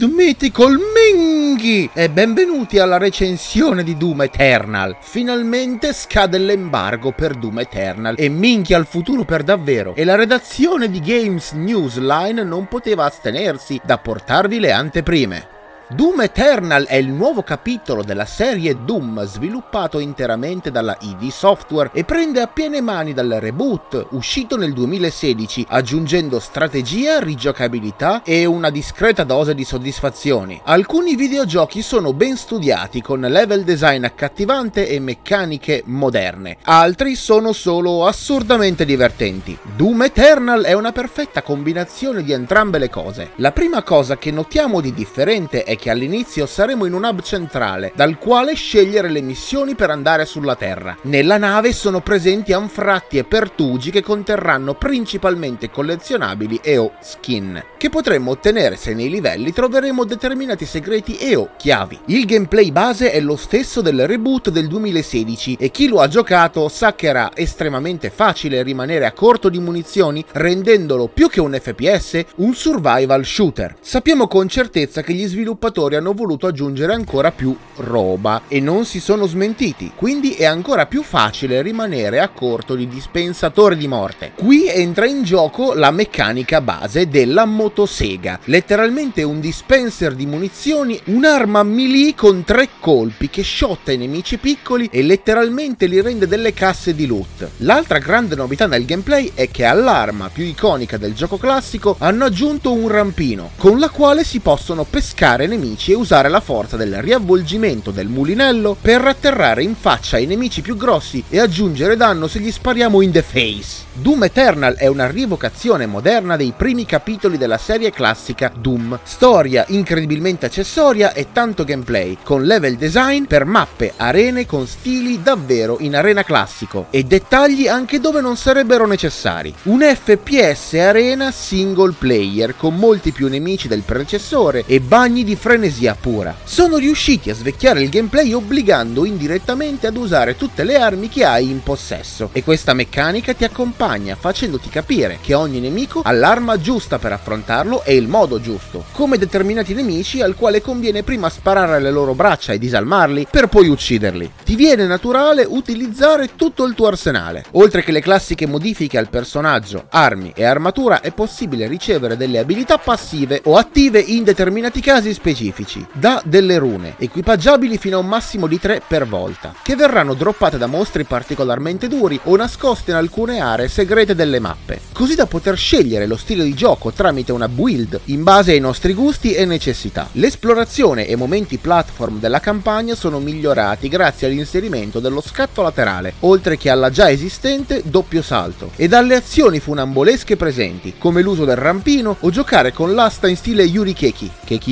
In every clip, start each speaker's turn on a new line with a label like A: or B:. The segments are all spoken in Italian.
A: Good Mythical Minghi e benvenuti alla recensione di Doom Eternal. Finalmente scade l'embargo per Doom Eternal e minchia al futuro per davvero, e la redazione di Games Newsline non poteva astenersi da portarvi le anteprime. Doom Eternal è il nuovo capitolo della serie Doom sviluppato interamente dalla ID Software e prende a piene mani dal reboot uscito nel 2016, aggiungendo strategia, rigiocabilità e una discreta dose di soddisfazioni. Alcuni videogiochi sono ben studiati con level design accattivante e meccaniche moderne, altri sono solo assurdamente divertenti. Doom Eternal è una perfetta combinazione di entrambe le cose. La prima cosa che notiamo di differente è che all'inizio saremo in un hub centrale, dal quale scegliere le missioni per andare sulla Terra. Nella nave sono presenti anfratti e pertugi che conterranno principalmente collezionabili e o skin, che potremmo ottenere se nei livelli troveremo determinati segreti e o chiavi. Il gameplay base è lo stesso del reboot del 2016 e chi lo ha giocato sa che era estremamente facile rimanere a corto di munizioni, rendendolo più che un FPS un survival shooter. Sappiamo con certezza che gli sviluppatori hanno voluto aggiungere ancora più roba e non si sono smentiti, quindi è ancora più facile rimanere a corto di dispensatori di morte. Qui entra in gioco la meccanica base della motosega, letteralmente un dispenser di munizioni, un'arma melee con 3 colpi che shotta i nemici piccoli e letteralmente li rende delle casse di loot. L'altra grande novità nel gameplay è che all'arma più iconica del gioco classico hanno aggiunto un rampino, con la quale si possono pescare nemici e usare la forza del riavvolgimento del mulinello per atterrare in faccia ai nemici più grossi e aggiungere danno se gli spariamo in the face. Doom Eternal è una rievocazione moderna dei primi capitoli della serie classica Doom. Storia incredibilmente accessoria e tanto gameplay, con level design per mappe, arene con stili davvero in arena classico e dettagli anche dove non sarebbero necessari. Un FPS arena single player con molti più nemici del predecessore e bagni di frenesia pura. Sono riusciti a svecchiare il gameplay obbligando indirettamente ad usare tutte le armi che hai in possesso, e questa meccanica ti accompagna facendoti capire che ogni nemico ha l'arma giusta per affrontarlo e il modo giusto, come determinati nemici al quale conviene prima sparare alle loro braccia e disarmarli per poi ucciderli. Ti viene naturale utilizzare tutto il tuo arsenale. Oltre che le classiche modifiche al personaggio, armi e armatura, è possibile ricevere delle abilità passive o attive in determinati casi specifici, da delle rune, equipaggiabili fino a un massimo di 3 per volta, che verranno droppate da mostri particolarmente duri o nascoste in alcune aree segrete delle mappe, così da poter scegliere lo stile di gioco tramite una build in base ai nostri gusti e necessità. L'esplorazione e momenti platform della campagna sono migliorati grazie all'inserimento dello scatto laterale, oltre che alla già esistente doppio salto, e dalle azioni funambolesche presenti, come l'uso del rampino o giocare con l'asta in stile Yurikeki.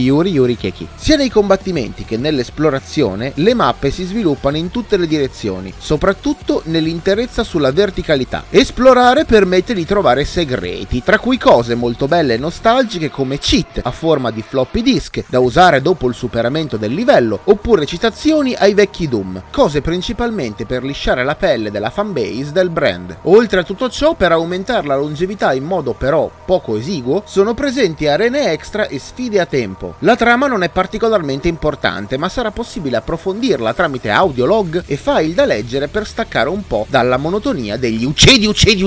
A: Keki. Sia nei combattimenti che nell'esplorazione, le mappe si sviluppano in tutte le direzioni, soprattutto nell'interezza sulla verticalità. Esplorare permette di trovare segreti, tra cui cose molto belle e nostalgiche come cheat a forma di floppy disk da usare dopo il superamento del livello, oppure citazioni ai vecchi Doom, cose principalmente per lisciare la pelle della fanbase del brand. Oltre a tutto ciò, per aumentare la longevità in modo però poco esiguo, sono presenti arene extra e sfide a tempo. La trama non è particolarmente importante, ma sarà possibile approfondirla tramite audiolog e file da leggere per staccare un po' dalla monotonia degli uccidi.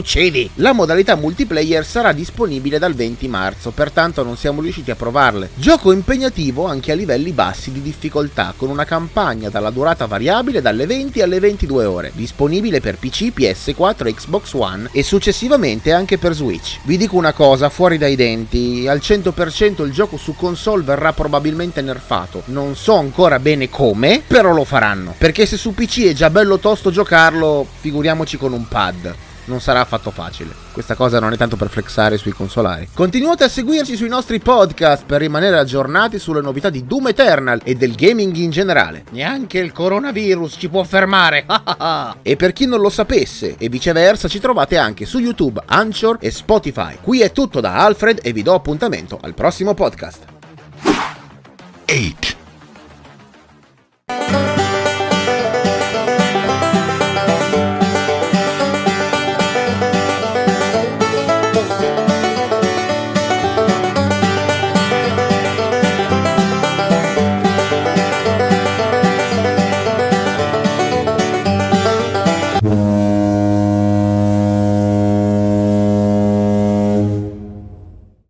A: La modalità multiplayer sarà disponibile dal 20 marzo, pertanto non siamo riusciti a provarle. Gioco impegnativo anche a livelli bassi di difficoltà, con una campagna dalla durata variabile dalle 20 alle 22 ore, disponibile per PC, PS4 e Xbox One e successivamente anche per Switch. Vi dico una cosa, fuori dai denti, al 100% il gioco su console verrà probabilmente nerfato. Non so ancora bene come, però lo faranno, perché se su PC è già bello tosto giocarlo, figuriamoci con un pad. Non sarà affatto facile. Questa cosa non è tanto per flexare sui consolari. Continuate a seguirci sui nostri podcast per rimanere aggiornati sulle novità di Doom Eternal e del gaming in generale. Neanche il coronavirus ci può fermare. E per chi non lo sapesse e viceversa, ci trovate anche su YouTube, Anchor e Spotify. Qui è tutto da Alfred e vi do appuntamento al prossimo podcast.
B: 8